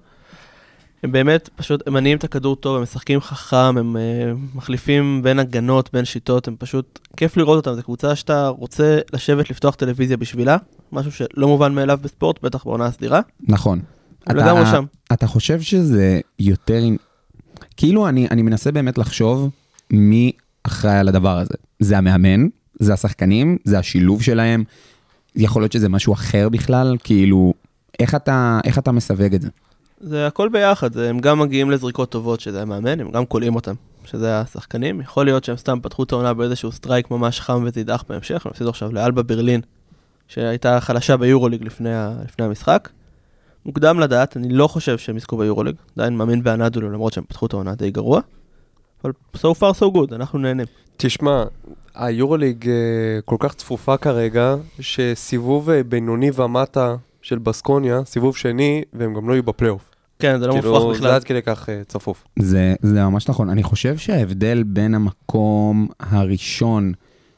הם באמת פשוט, הם מניעים את הכדור טוב, הם משחקים חכם, הם מחליפים בין הגנות, בין שיטות, הם פשוט, כיף לראות אותם, זו קבוצה שאתה רוצה לשבת לפתוח טלוויזיה בשבילה, משהו שלא מובן מאליו בספורט, בטח בעונה הסדירה. נכון. לגמרי שם. אתה חושב שזה יותר, כאילו אני מנסה באמת לחשוב מי אחראי על הדבר הזה. זה המאמן, זה השחקנים, זה השילוב שלהם, יכול להיות שזה משהו אחר בכלל, כאילו, איך אתה מסווג את זה? זה הכל ביחד, הם גם מגיעים לזריקות טובות שזה המאמן, הם גם קולעים אותם, שזה השחקנים. יכול להיות שהם סתם פתחו את העונה באיזשהו סטרייק ממש חם ותידח בהמשך, הם הפסידו עכשיו לאלבה ברלין, שהייתה חלשה ביורוליג לפני המשחק. מוקדם לדעת, אני לא חושב שהם יזכו ביורוליג, עדיין מאמין באנדולו, למרות שהם פתחו את העונה די גרוע, אבל so far so good, אנחנו נהנים. תשמע, היורוליג כל כך צפופה כרגע, שסיבוב בינוני ומטה של בסקוניה, סיבוב שני, והם גם לא יהיו בפלייאוף. כן, זה לא מופרך בכלל. זה עד כדי כך צפוף. זה ממש נכון. אני חושב שההבדל בין המקום הראשון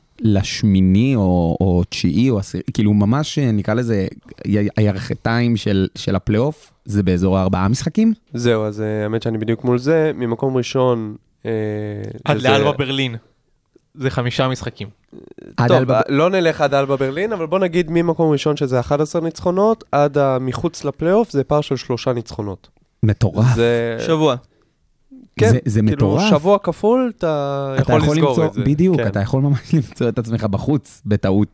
לשמיני או תשיעי או עשירי, כאילו ממש נקרא לזה הירכתיים של הפלייאוף, זה באזור 4 משחקים? זהו, אז האמת שאני בדיוק מול זה, ממקום ראשון... עד לאלבה ברלין. זה 5 משחקים. טוב, לא נלך עד אלבה ברלין, אבל בוא נגיד ממקום ראשון שזה 11 ניצחונות, עד מחוץ לפלייאוף זה פער של 3 ניצחונות. מטורף. שבוע. כן, זה מטורף. כאילו שבוע כפול אתה יכול לסגור את זה. בדיוק, אתה יכול ממש למצוא את עצמך בחוץ, בטעות.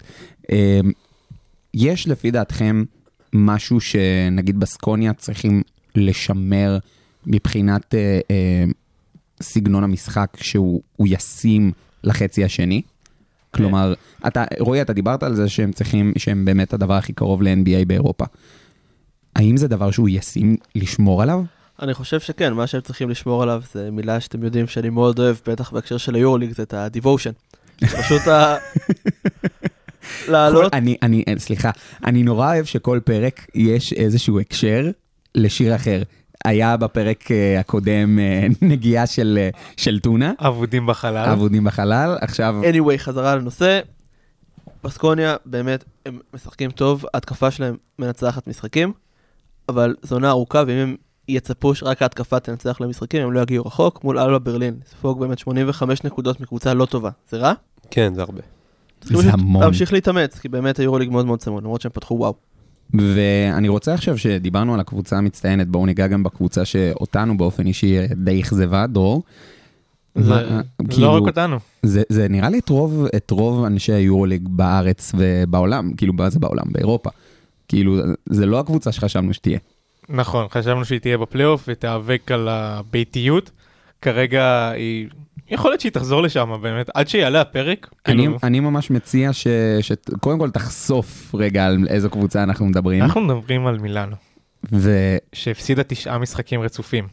יש לפי דעתכם משהו שנגיד בסקוניה צריכים לשמר מבחינת סגנון המשחק שהוא ישים לחצי השני? כלומר, רועי, אתה דיברת על זה שהם באמת הדבר הכי קרוב ל-NBA באירופה. האם זה דבר שהוא ישים לשמור עליו? אני חושב שכן, מה שהם צריכים לשמור עליו זה מילה שאתם יודעים שאני מאוד אוהב, בטח בהקשר של היורוליג, זה את ה-devotion. פשוט לעלות. סליחה, אני נורא אוהב שכל פרק יש איזשהו הקשר לשיר אחר. היה בפרק הקודם נגיעה של טונה, אבודים בחלל. אבודים בחלל, עכשיו... anyway, חזרה לנושא. בסקוניה, באמת, הם משחקים טוב, ההתקפה שלהם מנצחת משחקים, אבל זו עונה ארוכה, ואם הם יצפו שרק ההתקפה תנצח למשחקים, הם לא יגיעו רחוק, מול אלבה ברלין. ספוג באמת 85 נקודות מקבוצה לא טובה. זה רע? כן, זה הרבה. זה המון. להמשיך להתאמץ, כי באמת היורוליג מאוד מאוד צמוד, למרות שהם פתחו וואו. ואני רוצה עכשיו שדיברנו על הקבוצה המצטיינת, בואו ניגע גם בקבוצה שאותנו באופן אישי די אכזבה, דרור. לא רק אותנו. זה נראה לי את רוב אנשי היורוליג בארץ ובעולם, כאילו זה בעולם, באירופה. כאילו, זה לא הקבוצה שחשבנו שתהיה. נכון, חשבנו שהיא תהיה בפלייאוף ותיאבק על הביתיות. כרגע היא... יכול להיות שהיא תחזור לשם באמת, עד שיעלה הפרק. אני ממש מציע שקודם כל תחשוף רגע על איזו קבוצה אנחנו מדברים. אנחנו מדברים על מילאנו. שהפסידה 9 משחקים רצופים.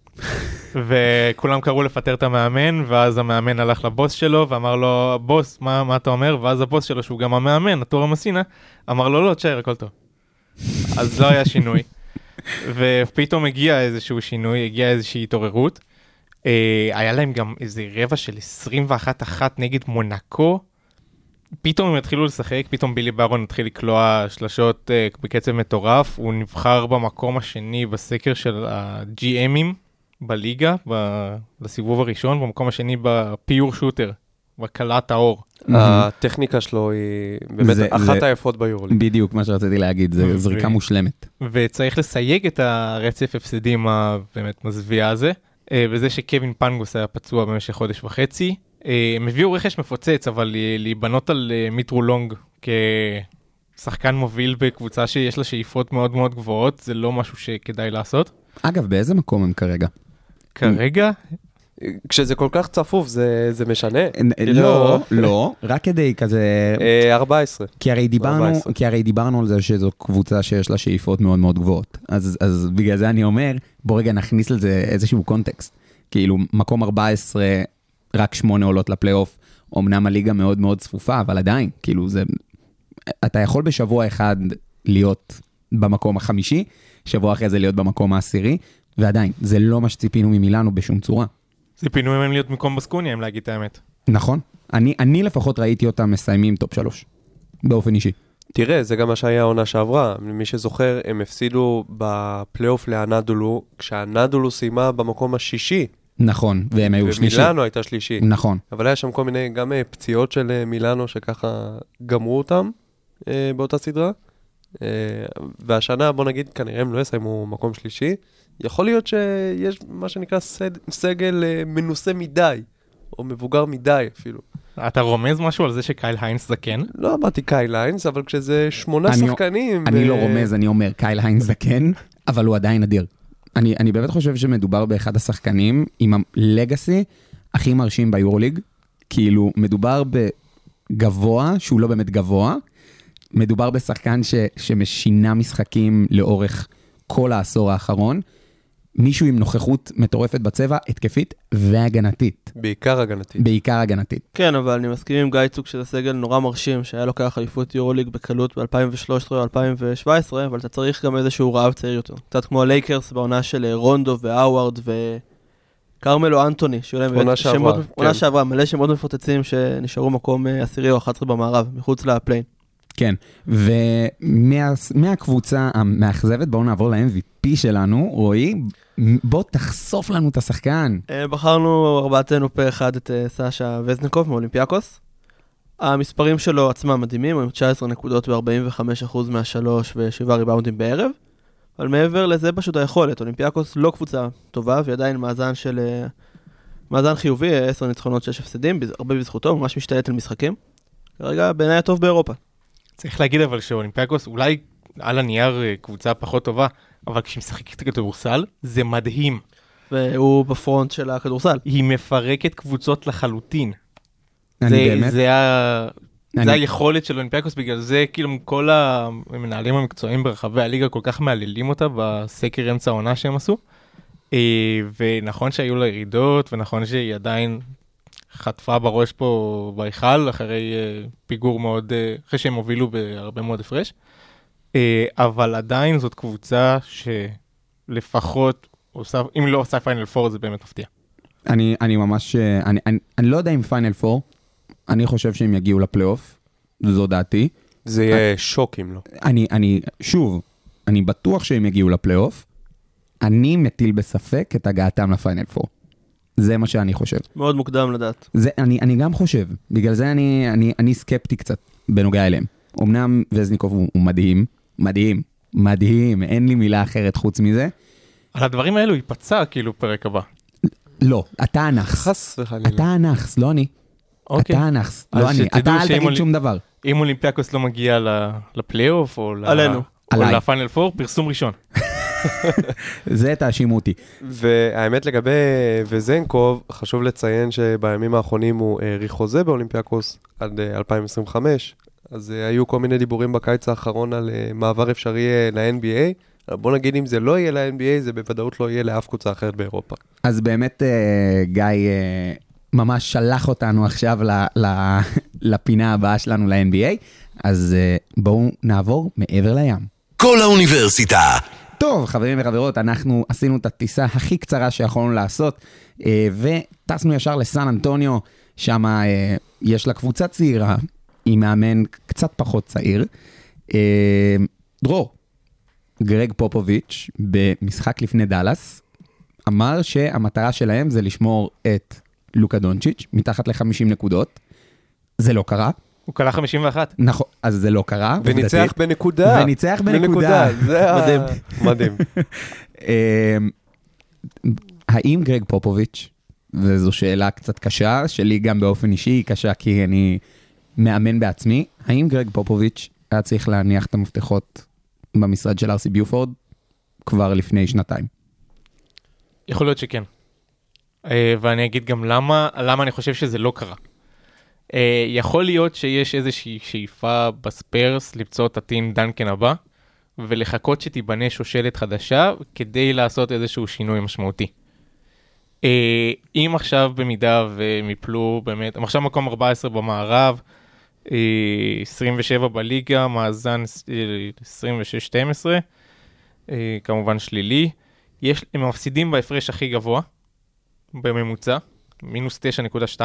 וכולם קראו לפטר את המאמן, ואז המאמן הלך לבוס שלו, ואמר לו, בוס, מה אתה אומר? ואז הבוס שלו, שהוא גם המאמן, הטור המסינה, אמר לו, לא, תשאר, הכל טוב. אז לא היה שינוי. ופתאום הגיע איזשהו שינוי, הגיעה איזושהי התעוררות. היה להם גם איזה רבע של 21-1 נגד מונקו. פתאום הם התחילו לשחק, פתאום בילי ברון התחיל לקלוע שלשות בקצב מטורף. הוא נבחר במקום השני בסקר של ה-GM'ים בליגה, בסיבוב הראשון, במקום השני בפיור שוטר, בקלת האור. הטכניקה שלו היא באמת אחת היפות ביורוליג. בדיוק מה שרציתי להגיד, זה זריקה מושלמת. וצריך לסייג את הרצף הפסדים הבאמת מזוויע הזה. בזה שקווין פנגוס היה פצוע במשך חודש וחצי. הם הביאו רכש מפוצץ, אבל להיבנות על מיטרו לונג כשחקן מוביל בקבוצה שיש לה שאיפות מאוד מאוד גבוהות, זה לא משהו שכדאי לעשות. אגב, באיזה מקום הם כרגע? כרגע? כשזה כל כך צפוף, זה משנה? לא, רק כדי כזה... 14. כי הרי דיברנו על זה שזו קבוצה שיש לה שאיפות מאוד מאוד גבוהות. אז בגלל זה אני אומר, בוא רגע נכניס לזה איזשהו קונטקסט. כאילו, מקום 14, רק 8 עולות לפלייאוף, אמנם הליגה מאוד מאוד צפופה, אבל עדיין, כאילו זה... אתה יכול בשבוע אחד להיות במקום החמישי, שבוע אחרי זה להיות במקום העשירי, ועדיין, זה לא מה שציפינו ממילאנו בשום צורה. ציפינו ממנו להיות מקום בסקוניה, אם להגיד את האמת. נכון. אני לפחות ראיתי אותם מסיימים טופ 3, באופן אישי. תראה, זה גם מה שהיה העונה שעברה. מי שזוכר, הם הפסידו בפלייאוף לאנדולו, כשהאנדולו סיימה במקום השישי. נכון, והם היו שלישי. ומילאנו הייתה שלישי. נכון. אבל היה שם כל מיני גם פציעות של מילאנו, שככה גמרו אותם באותה סדרה. והשנה, בוא נגיד, כנראה הם לא יסיימו מקום שלישי. יכול להיות שיש מה שנקרא סגל מנוסה מדי, או מבוגר מדי אפילו. אתה רומז משהו על זה שקייל היינס זקן? לא אמרתי קייל היינס, אבל כשזה 8 שחקנים... אני לא רומז, אני אומר קייל היינס זקן, אבל הוא עדיין אדיר. אני באמת חושב שמדובר באחד השחקנים עם הלגאסי הכי מרשים ביורוליג. כאילו, מדובר בגבוה, שהוא לא באמת גבוה, מדובר בשחקן שמשינה משחקים לאורך כל העשור האחרון, מישהו עם נוכחות מטורפת בצבע, התקפית והגנתית. בעיקר הגנתית. בעיקר הגנתית. כן, אבל אני מסכים עם גיא צוק שזה סגל נורא מרשים, שהיה לוקח אליפות יורוליג בקלות ב-2013 או 2017, אבל אתה צריך גם איזשהו רעב צעיר יותר. קצת כמו הלייקרס בעונה של רונדו והאווארד וקרמלו אנטוני, שהיו להם עונה שעברה, מלא שמות מפוצצים שנשארו מקום 10 או 11 במערב, מחוץ לפליין. כן, ומהקבוצה המאכזבת, בואו נעבור ל-MVP שלנו, רועי, בוא תחשוף לנו את השחקן. בחרנו ארבעתנו פה אחד את סאשה וזניקוב מאולימפיאקוס. המספרים שלו עצמם מדהימים, הם 19 נקודות ב-45% מהשלוש ו7 ריבאונדים בערב, אבל מעבר לזה פשוט היכולת, אולימפיאקוס לא קבוצה טובה, ועדיין מאזן חיובי, 10 ניצחונות 6 הפסדים, הרבה בזכותו, ממש משתלט על משחקים. כרגע בעיניי הטוב באירופה. צריך להגיד אבל שאולימפיאקוס אולי על הנייר קבוצה פחות טובה, אבל כשהיא משחקת כדורסל זה מדהים. והוא בפרונט של הכדורסל. היא מפרקת קבוצות לחלוטין. באמת? זה היכולת של אולימפיאקוס, בגלל זה כאילו כל המנהלים המקצועיים ברחבי הליגה כל כך מעללים אותה בסקר אמצע העונה שהם עשו. ונכון שהיו לה ירידות, ונכון שהיא עדיין חטפה בראש פה בהיכל, אחרי פיגור מאוד, אחרי שהם הובילו בהרבה מאוד הפרש. אבל עדיין זאת קבוצה שלפחות אם לא עושה פיינל 4 זה באמת מפתיע. אני ממש, אני לא יודע אם פיינל 4, אני חושב שהם יגיעו לפלייאוף, זו דעתי. זה יהיה שוק אם לא. שוב, אני בטוח שהם יגיעו לפלייאוף, אני מטיל בספק את הגעתם לפיינל 4. זה מה שאני חושב. מאוד מוקדם לדעת. אני גם חושב, בגלל זה אני סקפטי קצת בנוגע אליהם. אמנם וזניקוב הוא מדהים, אין לי מילה אחרת חוץ מזה. על הדברים האלו ייפצע כאילו פרק הבא. לא, אתה הנכס. חס וחלילה. אתה הנכס, לא אני. אוקיי. אתה הנכס, אז לא אני. שתדעו אתה אל שאם תגיד שום דבר. אם אולימפיאקוס לא מגיע לפלייאוף או עלינו. או עליי. לפיינל 4, פרסום ראשון. זה תאשימו אותי. והאמת לגבי וזנקוב, חשוב לציין שבימים האחרונים הוא האריך חוזה באולימפיאקוס עד 2025, אז היו כל מיני דיבורים בקיץ האחרון על מעבר אפשרי ל-NBA, בוא נגיד אם זה לא יהיה ל-NBA, זה בוודאות לא יהיה לאף קבוצה אחרת באירופה. אז באמת גיא ממש שלח אותנו עכשיו לפינה הבאה שלנו ל-NBA, אז בואו נעבור מעבר לים. כל האוניברסיטה. טוב, חברים וחברות, אנחנו עשינו את הטיסה הכי קצרה שיכולנו לעשות, וטסנו ישר לסן אנטוניו, שם יש לה קבוצה צעירה, עם מאמן קצת פחות צעיר. דרור, גרג פופוביץ' במשחק לפני דלס, אמר שהמטרה שלהם זה לשמור את לוקה דונצ'יץ' מתחת ל-50 נקודות. זה לא קרה. הוא קלה 51. נכון, אז זה לא קרה. וניצח בנקודה. וניצח בנקודה. זה מדהים. האם גרג פופוביץ', וזו שאלה קצת קשה, שלי גם באופן אישי היא קשה כי אני מאמן בעצמי, האם גרג פופוביץ' היה צריך להניח את המפתחות במשרד של ארסי ביופורד כבר לפני שנתיים? יכול להיות שכן. ואני אגיד גם למה אני חושב שזה לא קרה. יכול להיות שיש איזושהי שאיפה בספרס למצוא את הטים דנקן הבא, ולחכות שתיבנה שושלת חדשה, כדי לעשות איזשהו שינוי משמעותי. אם עכשיו במידה והם יפלו באמת, הם עכשיו מקום 14 במערב, 27 בליגה, מאזן 26-12, כמובן שלילי, הם מפסידים בהפרש הכי גבוה, בממוצע, מינוס 9.2,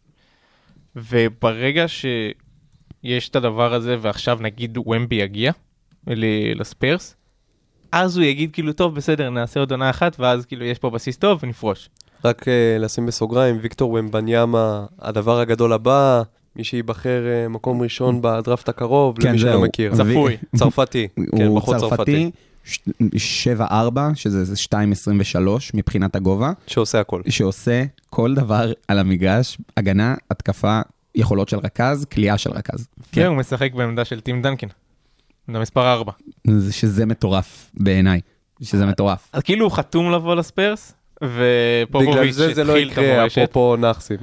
וברגע שיש את הדבר הזה, ועכשיו נגיד ומבי יגיע לספרס, אז הוא יגיד כאילו, טוב, בסדר, נעשה עוד עונה אחת, ואז כאילו יש פה בסיס טוב ונפרוש. רק לשים בסוגריים, ויקטור ומבניאמה, הדבר הגדול הבא, מי שיבחר מקום ראשון בדרפט הקרוב, למי שלא מכיר. צפוי. צרפתי. הוא צרפתי, 7-4, שזה 2.23 מבחינת הגובה. שעושה הכל. שעושה כל דבר על המגרש, הגנה, התקפה, יכולות של רכז, קליעה של רכז. כן, הוא משחק בעמדה של טים דנקן. זה מספר 4. שזה מטורף בעיניי. שזה מטורף. אז כאילו הוא חתום לבוא לספרס, ופופוביץ' בגלל זה לא יקרה, אפרופו נחסים.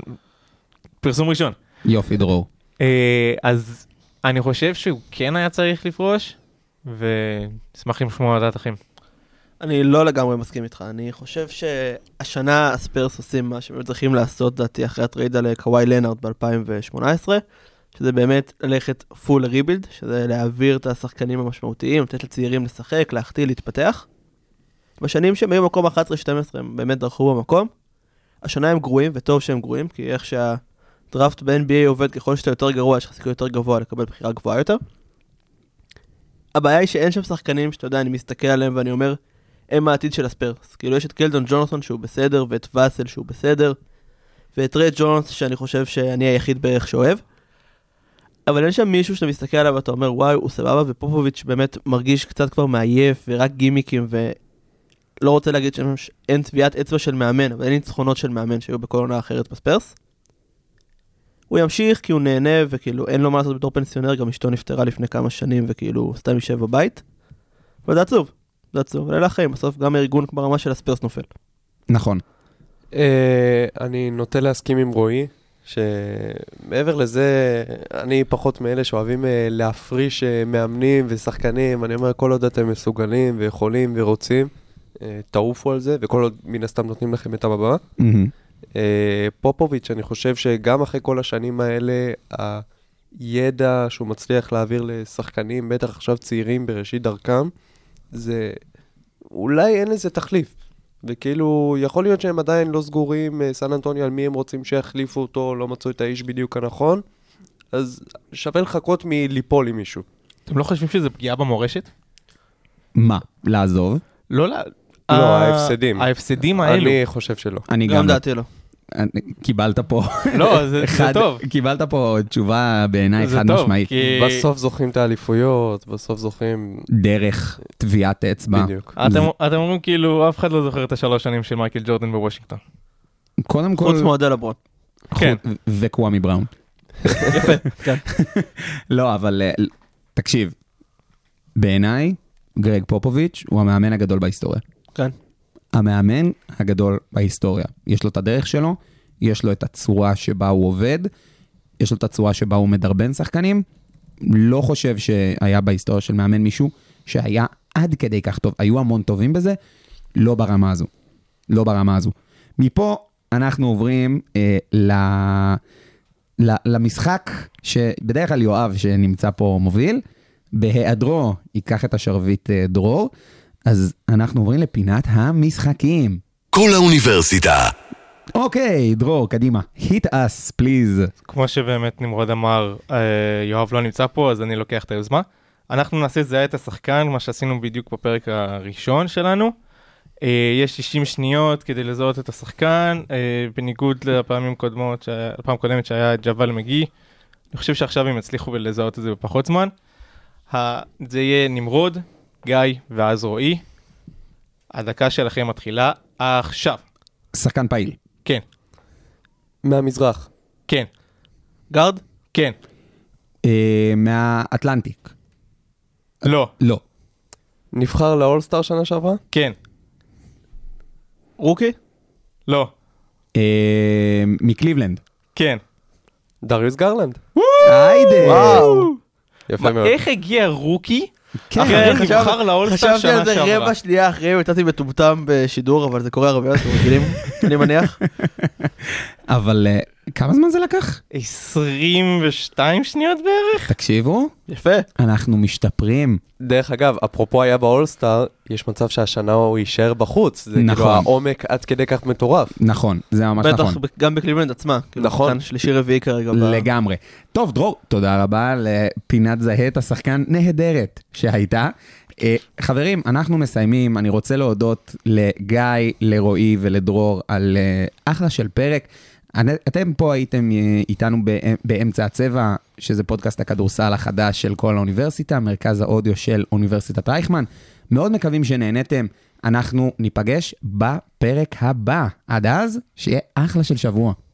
פרסום ראשון. יופי, דרור. אז אני חושב שהוא כן היה צריך לפרוש, ונשמח לשמוע על דעת אחים. אני לא לגמרי מסכים איתך, אני חושב שהשנה הספרס עושים מה שהם צריכים לעשות, דעתי, אחרי הטריידה לקוואי לנארד ב-2018, שזה באמת ללכת פול ריבילד, שזה להעביר את השחקנים המשמעותיים, לתת לצעירים לשחק, להחתיל, להתפתח. בשנים שהם היו מקום 11-12 הם באמת דרכו במקום. השנה הם גרועים, וטוב שהם גרועים, כי איך שהדראפט ב-NBA עובד, ככל שאתה יותר גרוע, יש לך סיכוי יותר גבוה לקבל בחירה גבוהה יותר. הבעיה היא שאין שם שחקנים שאתה יודע, אני מסתכל עליהם ואני אומר, הם העתיד של הספרס. כאילו יש את קלדון ג'ונת'ון שהוא בסדר, ואת וסל שהוא בסדר, ואת ריי ג'ונס שאני חושב שאני היחיד בערך שאוהב. אבל אין שם מישהו שאתה מסתכל עליו ואתה אומר, וואי, הוא סבבה, ופופוביץ' באמת מרגיש קצת כבר מעייף, ורק גימיקים, ולא רוצה להגיד שאין טביעת אצבע של מאמן, אבל אין ניצחונות של מאמן שהיו בכל עונה אחרת בספרס. הוא ימשיך כי הוא נהנה, וכאילו אין לו מה לעשות בתור פנסיונר, גם אשתו נפטרה לפני כמה שנים, וכאילו סתם יישב בבית. אבל זה עצוב, זה עצוב. לילה חיים, בסוף גם הארגון ברמה של הספרס נופל. נכון. אני נוטה להסכים עם רועי, שמעבר לזה, אני פחות מאלה שאוהבים להפריש מאמנים ושחקנים, אני אומר, כל עוד אתם מסוגלים ויכולים ורוצים, תעופו על זה, וכל עוד מן הסתם נותנים לכם את הבמה. פופוביץ', אני חושב שגם אחרי כל השנים האלה, הידע שהוא מצליח להעביר לשחקנים, בטח עכשיו צעירים בראשית דרכם, זה אולי אין לזה תחליף. וכאילו, יכול להיות שהם עדיין לא סגורים, סן אנטוניו, על מי הם רוצים שיחליפו אותו, לא מצאו את האיש בדיוק הנכון, אז שווה לחכות מליפול עם מישהו. אתם לא חושבים שזה פגיעה במורשת? מה? לעזוב? לא, ההפסדים. ההפסדים האלו. אני חושב שלא. אני גם דעתי לא. קיבלת פה... לא, זה טוב. קיבלת פה תשובה בעיניי זה חד טוב, משמעית. כי... בסוף זוכים את האליפויות, בסוף זוכים... דרך טביעת אצבע. בדיוק. אתם אומרים כאילו, אף אחד לא זוכר את 3 שנים של מייקל ג'ורדן בוושינגטון. קודם כל... חוץ מועדי לברון. כן. וקוואמי בראון. יפה, כן. לא, אבל תקשיב, בעיניי, גרג פופוביץ' הוא המאמן הגדול בהיסטוריה. כן. המאמן הגדול בהיסטוריה. יש לו את הדרך שלו, יש לו את הצורה שבה הוא עובד, יש לו את הצורה שבה הוא מדרבן שחקנים. לא חושב שהיה בהיסטוריה של מאמן מישהו שהיה עד כדי כך טוב. היו המון טובים בזה, לא ברמה הזו. לא ברמה הזו. מפה אנחנו עוברים למשחק שבדרך כלל יואב שנמצא פה מוביל, בהיעדרו ייקח את השרביט דרור, אז אנחנו עוברים לפינת המשחקים. כל האוניברסיטה. אוקיי, דרור, קדימה. hit us, please. כמו שבאמת נמרוד אמר, יואב לא נמצא פה, אז אני לוקח את היוזמה. אנחנו נעשה זהה את השחקן, מה שעשינו בדיוק בפרק הראשון שלנו. יש 60 שניות כדי לזהות את השחקן, בניגוד לפעמים קודמות, לפעם קודמת שהיה ג'וואל מגי. אני חושב שעכשיו הם הצליחו לזהות את זה בפחות זמן. זה יהיה נמרוד, גיא ואז רועי. הדקה שלכם מתחילה עכשיו. שחקן פעיל. כן. מהמזרח. כן. גארד? כן. מהאטלנטיק. לא. לא. נבחר לאולסטאר שנה שעברה? כן. רוקי? לא. מקליבלנד. כן. דריוס גרלנד. היידה. וואו. יפה מאוד. איך הגיע רוקי? כן. אחרי נבחר לאולסטאר חשבתי שנה על זה שעברה. רבע שנייה אחרי, יצאתי מטומטם בשידור, אבל זה קורה הרבה, אתם רגילים, אני מניח. אבל כמה זמן זה לקח? 22 שניות בערך? תקשיבו, יפה. אנחנו משתפרים. דרך אגב, אפרופו היה באולסטאר, יש מצב שהשנה הוא יישאר בחוץ. זה נכון. כאילו העומק עד כדי כך מטורף. נכון, זה ממש נכון. בטח גם בקליבלנד עצמה. נכון. כאן שלישי רביעי כרגע. לגמרי. טוב, דרור, תודה רבה לפינת זהה, השחקן נהדרת שהייתה. חברים, אנחנו מסיימים. אני רוצה להודות לגיא, לרועי ולדרור על אחלה של פרק. אתם פה הייתם איתנו באמצע הצבע, שזה פודקאסט הכדורסל החדש של כל האוניברסיטה, מרכז האודיו של אוניברסיטת רייכמן. מאוד מקווים שנהנתם. אנחנו ניפגש בפרק הבא. עד אז, שיהיה אחלה של שבוע.